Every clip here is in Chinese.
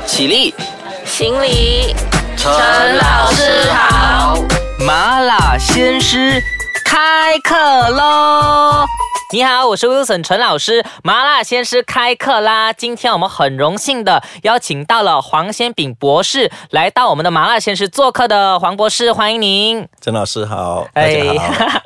起立， 行礼， 陈老师好。 麻辣鲜师开课喽！你好，我是 Wilson 陈老师，麻辣鲜师开课啦！今天我们很荣幸的邀请到了黄先炳博士来到我们的麻辣鲜师做客的黄博士，欢迎您。 陈老师好，大家好。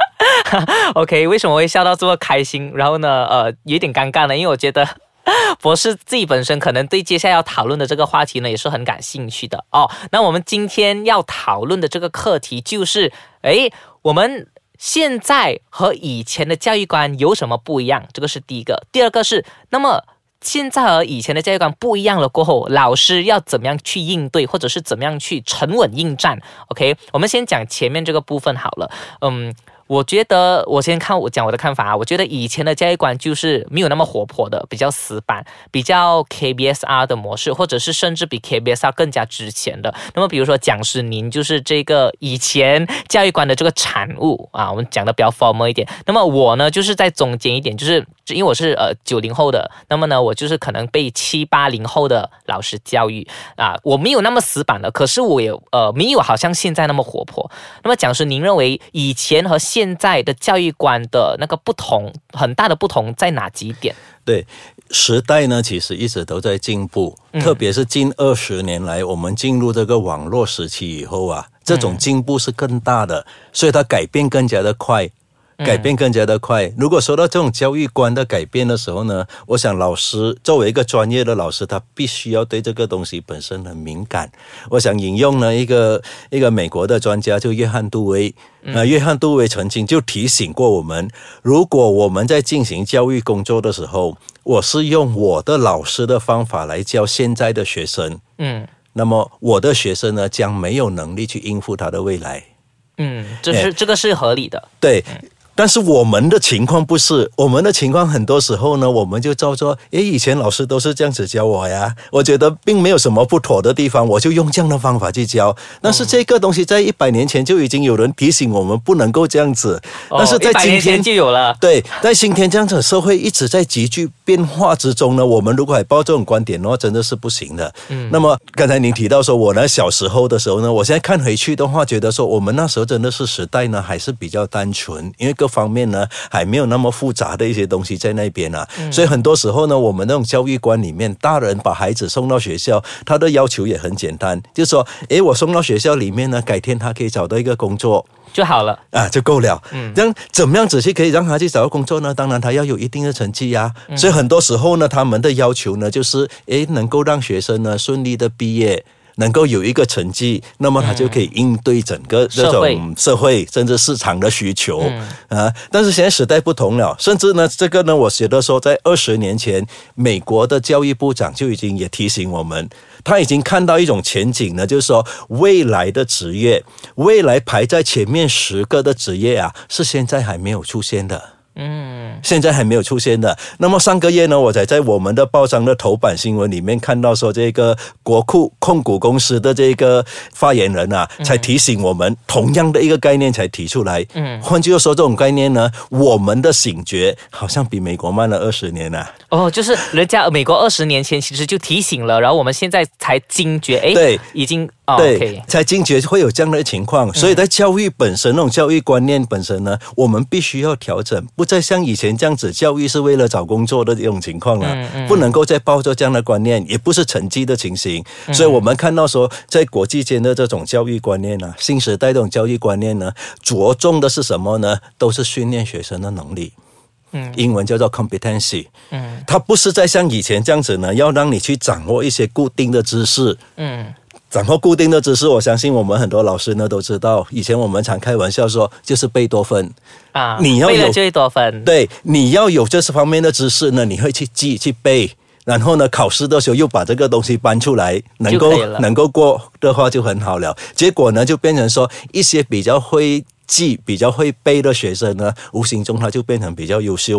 OK， 为什么会笑到这么开心？然后呢，有点尴尬呢，因为我觉得博士自己本身可能对接下来要讨论的这个话题呢，也是很感兴趣的哦。那我们今天要讨论的这个课题就是，我们现在和以前的教育观有什么不一样？这个是第一个。第二个是，那么现在和以前的教育观不一样了过后，老师要怎么样去应对，或者是怎么样去沉稳应战 ？OK， 我们先讲前面这个部分好了。我觉得我先讲我的看法啊。我觉得以前的教育观就是没有那么活泼的，比较死板，比较 KBSR 的模式，或者是甚至比 KBSR 更加之前的。那么比如说讲师您就是这个以前教育观的这个产物啊，我们讲的比较 formal 一点。那么我呢就是在中间一点，就是因为我是90后的，那么呢我就是可能被7、80后的老师教育啊，我没有那么死板的，可是我也没有好像现在那么活泼。那么讲师您认为以前和现在的教育观的那个不同，很大的不同在哪几点？ 对，时代呢其实一直都在进步，特别是近20年来，我们进入这个网络时期以后啊，这种进步是更大的，所以它改变更加的快。如果说到这种教育观的改变的时候呢，我想老师作为一个专业的老师，他必须要对这个东西本身很敏感。我想引用呢一个美国的专家，就约翰杜威。约翰杜威曾经就提醒过我们，如果我们在进行教育工作的时候，我是用我的老师的方法来教现在的学生，那么我的学生呢将没有能力去应付他的未来。 这个是合理的。 对。但是我们的情况不是，我们的情况很多时候呢，我们就照做，以前老师都是这样子教我呀，我觉得并没有什么不妥的地方，我就用这样的方法去教。但是这个东西在100年前就已经有人提醒我们不能够这样子，但是在今天100年前就有了。 对，在今天这样子社会一直在急剧变化之中呢，我们如果还抱这种观点的话，真的是不行的。那么刚才您提到说我呢小时候的时候呢，我现在看回去的话，觉得说我们那时候真的是时代呢还是比较单纯，因为各方面呢还没有那么复杂的一些东西在那边啊，所以很多时候呢，我们那种教育观里面，大人把孩子送到学校，他的要求也很简单，就是说，我送到学校里面呢，改天他可以找到一个工作就好了啊，就够了。这样怎么样子去可以让他去找到工作呢？当然他要有一定的成绩啊。所以很多时候呢，他们的要求呢，就是能够让学生呢顺利的毕业，能够有一个成绩，那么他就可以应对整个这种社会甚至市场的需求但是现在时代不同了，甚至呢这个呢，我觉得说在20年前，美国的教育部长就已经也提醒我们，他已经看到一种前景呢，就是说未来的职业，未来排在前面10个的职业啊，是现在还没有出现的。现在还没有出现的。那么上个月呢，我才在我们的报章的头版新闻里面看到说，这个国库控股公司的这个发言人啊，才提醒我们同样的一个概念才提出来。换句话说，这种概念呢，我们的醒觉好像比美国慢了20年啊。 就是人家美国20年前其实就提醒了，然后我们现在才惊觉， 对， 已经对， okay 才惊觉会有这样的情况。所以在教育本身，那种教育观念本身呢，我们必须要调整，不再像以前这样子，教育是为了找工作的这种情况了，不能够再抱着这样的观念，也不是成绩的情形。所以我们看到说，在国际间的这种教育观念呢，新时代这种教育观念呢，着重的是什么呢？都是训练学生的能力。英文叫做 competency。它不是在像以前这样子呢，要让你去掌握一些固定的知识。掌握固定的知识，我相信我们很多老师呢都知道，以前我们常开玩笑说，就是贝多芬啊， 你要有背了就会多分。 对，你要有这方面的知识呢，你会去记去背，然后呢，考试的时候又把这个东西搬出来，能够过的话就很好了。结果呢，就变成说一些比较会记、比较会背的学生呢，无形中他就变成比较优秀。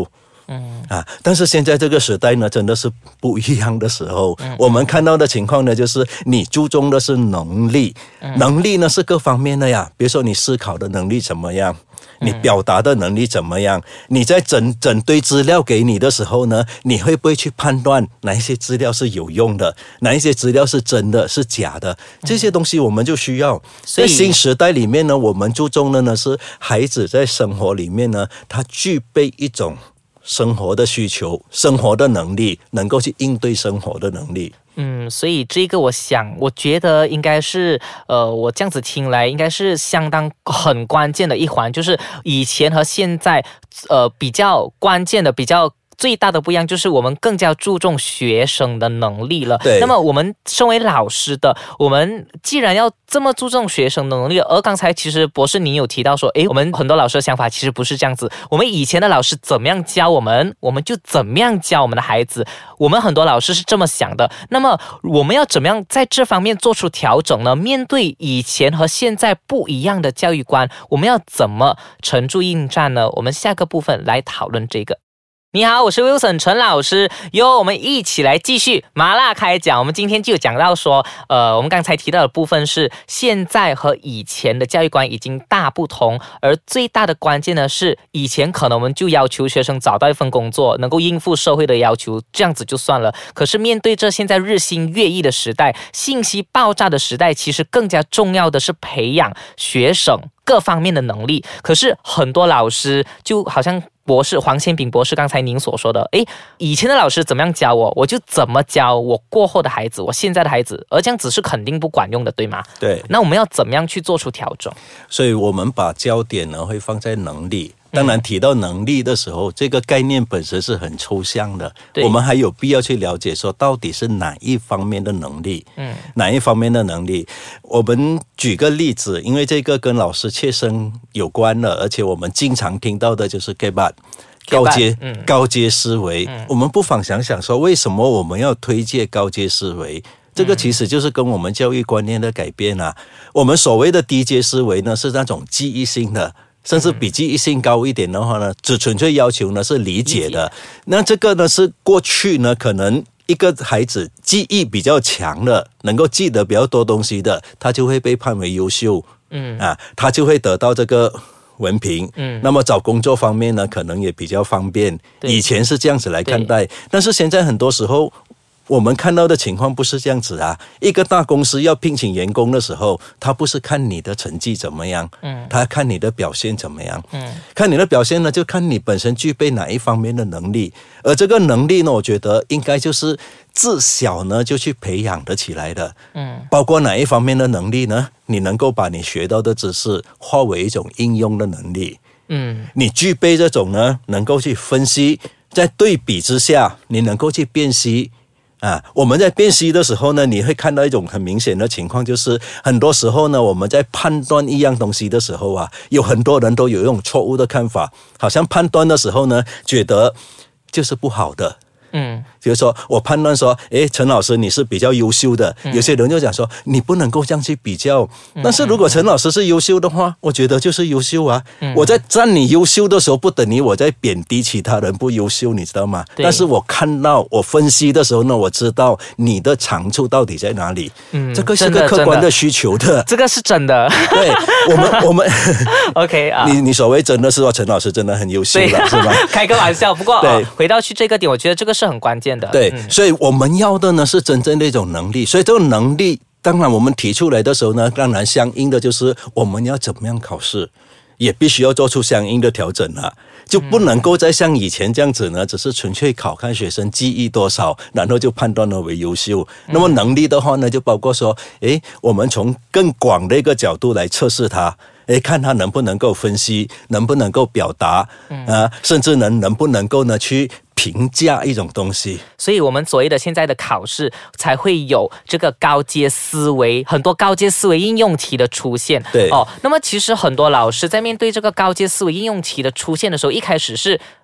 但是现在这个时代呢，真的是不一样的时候。我们看到的情况呢，就是你注重的是能力，能力呢是各方面的呀。比如说你思考的能力怎么样，你表达的能力怎么样，你在整堆资料给你的时候呢，你会不会去判断哪一些资料是有用的，哪一些资料是真的是假的，这些东西我们就需要。在新时代里面呢，我们注重的呢是孩子在生活里面呢，他具备一种生活的需求，生活的能力，能够去应对生活的能力。 所以这个我觉得应该是我这样子听来应该是相当很关键的一环，就是以前和现在比较关键的最大的不一样就是我们更加注重学生的能力了。 对。 那么我们身为老师的，我们既然要这么注重学生的能力，而刚才其实博士你有提到说，我们很多老师的想法其实不是这样子。我们以前的老师怎么样教我们，我们就怎么样教我们的孩子。我们很多老师是这么想的。那么我们要怎么样在这方面做出调整呢？面对以前和现在不一样的教育观，我们要怎么沉住应战呢？我们下个部分来讨论这个。你好，我是 Wilson 陈老师，我们一起来继续麻辣开讲。我们今天就有讲到说，我们刚才提到的部分是现在和以前的教育观已经大不同，而最大的关键呢是以前可能我们就要求学生找到一份工作，能够应付社会的要求，这样子就算了。可是面对这现在日新月异的时代，信息爆炸的时代，其实更加重要的是培养学生各方面的能力。可是很多老师就好像博士黄先炳博士刚才您所说的，以前的老师怎么样教我，我就怎么教我过后的孩子，我现在的孩子，而这样子是肯定不管用的，对吗？ 对。 那我们要怎么样去做出调整？ 所以我们把焦点呢会放在能力。当然提到能力的时候，这个概念本身是很抽象的，我们还有必要去了解说到底是哪一方面的能力，哪一方面的能力。我们举个例子，因为这个跟老师切身有关了，而且我们经常听到的就是 KBAT 高阶思维。我们不妨想想说，为什么我们要推荐高阶思维？这个其实就是跟我们教育观念的改变啊。我们所谓的低阶思维呢，是那种记忆性的，甚至比记忆性高一点的话呢，只纯粹要求呢是理解的。那这个呢是过去呢可能一个孩子记忆比较强的，能够记得比较多东西的，他就会被判为优秀，他就会得到这个文凭，那么找工作方面呢可能也比较方便。以前是这样子来看待，但是现在很多时候我们看到的情况不是这样子啊。一个大公司要聘请员工的时候，他不是看你的成绩怎么样，他看你的表现怎么样。看你的表现呢，就看你本身具备哪一方面的能力。而这个能力呢，我觉得应该就是自小呢就去培养得起来的。包括哪一方面的能力呢？你能够把你学到的知识化为一种应用的能力。你具备这种呢，能够去分析，在对比之下，你能够去辨析。我们在辨析的时候呢，你会看到一种很明显的情况，就是很多时候呢，我们在判断一样东西的时候有很多人都有一种错误的看法，好像判断的时候呢，觉得就是不好的。比如说我判断说，陈老师你是比较优秀的，有些人就讲说你不能够这样去比较。但是如果陈老师是优秀的话，我觉得就是优秀啊。我在赞你优秀的时候，不等于我在贬低其他人不优秀，你知道吗？但是我看到我分析的时候呢，我知道你的长处到底在哪里。这个是个客观的需求的， 这个是真的。 对，我们 OK 啊， 你所谓真的是说陈老师真的很优秀了，是吧？ 开个玩笑。不过回到去这个点，我觉得这个是很关键的。 对，所以我们要的呢是真正的一种能力。所以这个能力，当然我们提出来的时候呢，当然相应的就是我们要怎么样考试，也必须要做出相应的调整啊，就不能够再像以前这样子呢，只是纯粹考看学生记忆多少，然后就判断了为优秀。那么能力的话呢，就包括说，我们从更广的一个角度来测试它。看他能不能够分析，能不能够表达，甚至能不能够呢去评价一种东西。 所以我们所谓的现在的考试才会有这个高阶思维，很多高阶思维应用题的出现。 对那么其实很多老师在面对这个高阶思维应用题的出现的时候，一开始是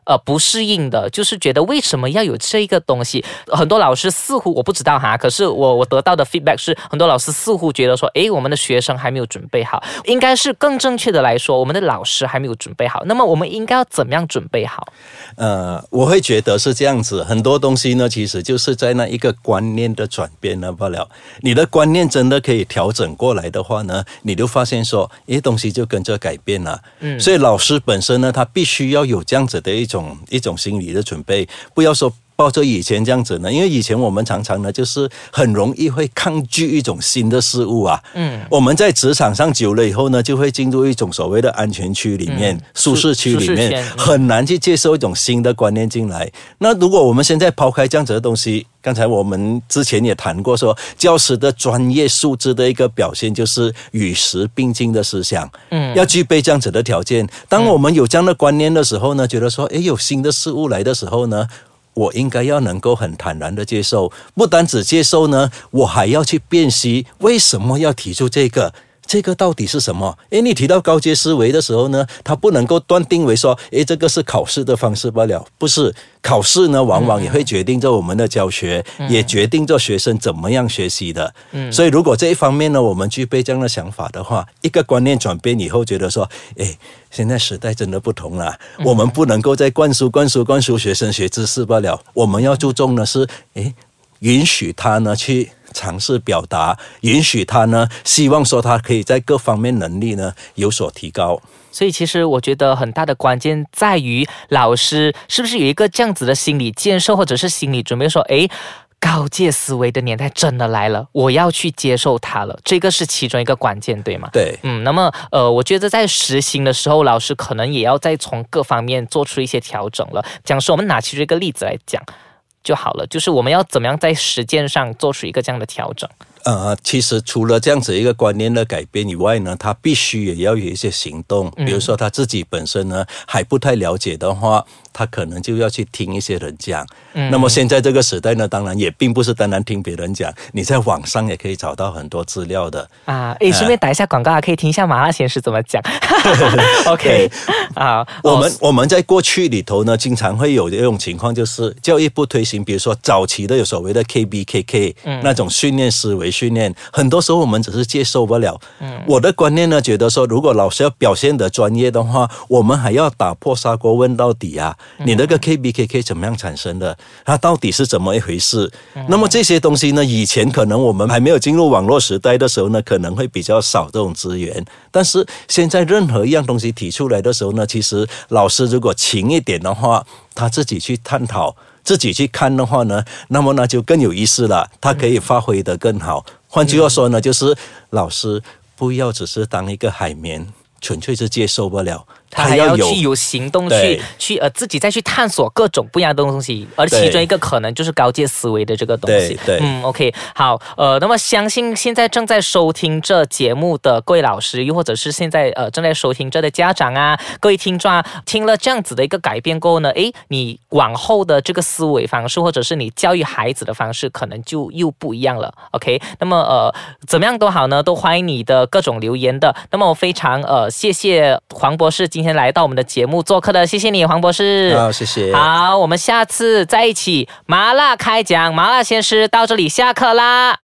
不适应的，就是觉得为什么要有这个东西？很多老师似乎我不知道哈，可是我得到的 feedback 是，很多老师似乎觉得说，我们的学生还没有准备好，应该是更正确的来说，我们的老师还没有准备好。那么我们应该要怎么样准备好？ 我会觉得是这样子，很多东西呢，其实就是在那一个观念的转变呢罢了。你的观念真的可以调整过来的话呢，你就发现说，东西就跟着改变了。所以老师本身呢，他必须要有这样子的一种心理的准备，不要说抱着以前这样子呢，因为以前我们常常呢就是很容易会抗拒一种新的事物啊。我们在职场上久了以后呢，就会进入一种所谓的安全区里面、舒适区里面，很难去接受一种新的观念进来。那如果我们现在抛开这样子的东西，刚才我们之前也谈过说，教师的专业素质的一个表现就是与时并进的思想，要具备这样子的条件。当我们有这样的观念的时候呢，觉得说，有新的事物来的时候呢，我应该要能够很坦然的接受，不单只接受呢，我还要去辨析为什么要提出这个到底是什么？你提到高阶思维的时候呢，它不能够断定为说，这个是考试的方式罢了，不是。考试呢，往往也会决定着我们的教学，也决定着学生怎么样学习的。所以如果这一方面呢，我们具备这样的想法的话，一个观念转变以后，觉得说，现在时代真的不同了，我们不能够再灌输学生学知识罢了，我们要注重的是，允许他呢去尝试表达，允许他呢希望说他可以在各方面能力呢有所提高。 所以其实我觉得很大的关键在于老师是不是有一个这样子的心理建设或者是心理准备说，高阶思维的年代真的来了，我要去接受它了，这个是其中一个关键，对吗？ 对。 那么我觉得在实行的时候，老师可能也要再从各方面做出一些调整了。讲说我们拿其中一个例子来讲就好了，就是我们要怎么样在实践上做出一个这样的调整。 其实除了这样子一个观念的改变以外呢，他必须也要有一些行动。比如说他自己本身呢还不太了解的话，他可能就要去听一些人讲。那么现在这个时代呢，当然也并不是单单听别人讲，你在网上也可以找到很多资料的啊。顺便打一下广告，可以听一下麻辣鲜师怎么讲。OK 啊， 我们在过去里头呢，经常会有这种情况，就是教育部推行，比如说早期的有所谓的 KBKK 那种训练思维训练，很多时候我们只是接受不了。我的观念呢，觉得说，如果老师要表现得专业的话，我们还要打破砂锅问到底啊！你那个 KBKK 怎么样产生的？它到底是怎么一回事？那么这些东西呢，以前可能我们还没有进入网络时代的时候呢，可能会比较少这种资源。但是现在任何一样东西提出来的时候呢，其实老师如果勤一点的话，他自己去探讨，自己去看的话呢，那么那就更有意思了，他可以发挥得更好。换句话说呢，就是老师不要只是当一个海绵，纯粹是接受不了， 他还要去有行动去自己再去探索各种不一样的东西，而其中一个可能就是高阶思维的这个东西。 对 OK 好，那么相信现在正在收听这节目的各位老师，又或者是现在正在收听这的家长啊，各位听众啊，听了这样子的一个改变过后呢，你往后的这个思维方式，或者是你教育孩子的方式，可能就又不一样了。OK， 那么怎么样都好呢，都欢迎你的各种留言的。那么我非常谢谢黄博士今天来到我们的节目做客的，谢谢你黄博士。 好，谢谢。 好，我们下次再一起麻辣开讲，麻辣鲜师到这里下课啦。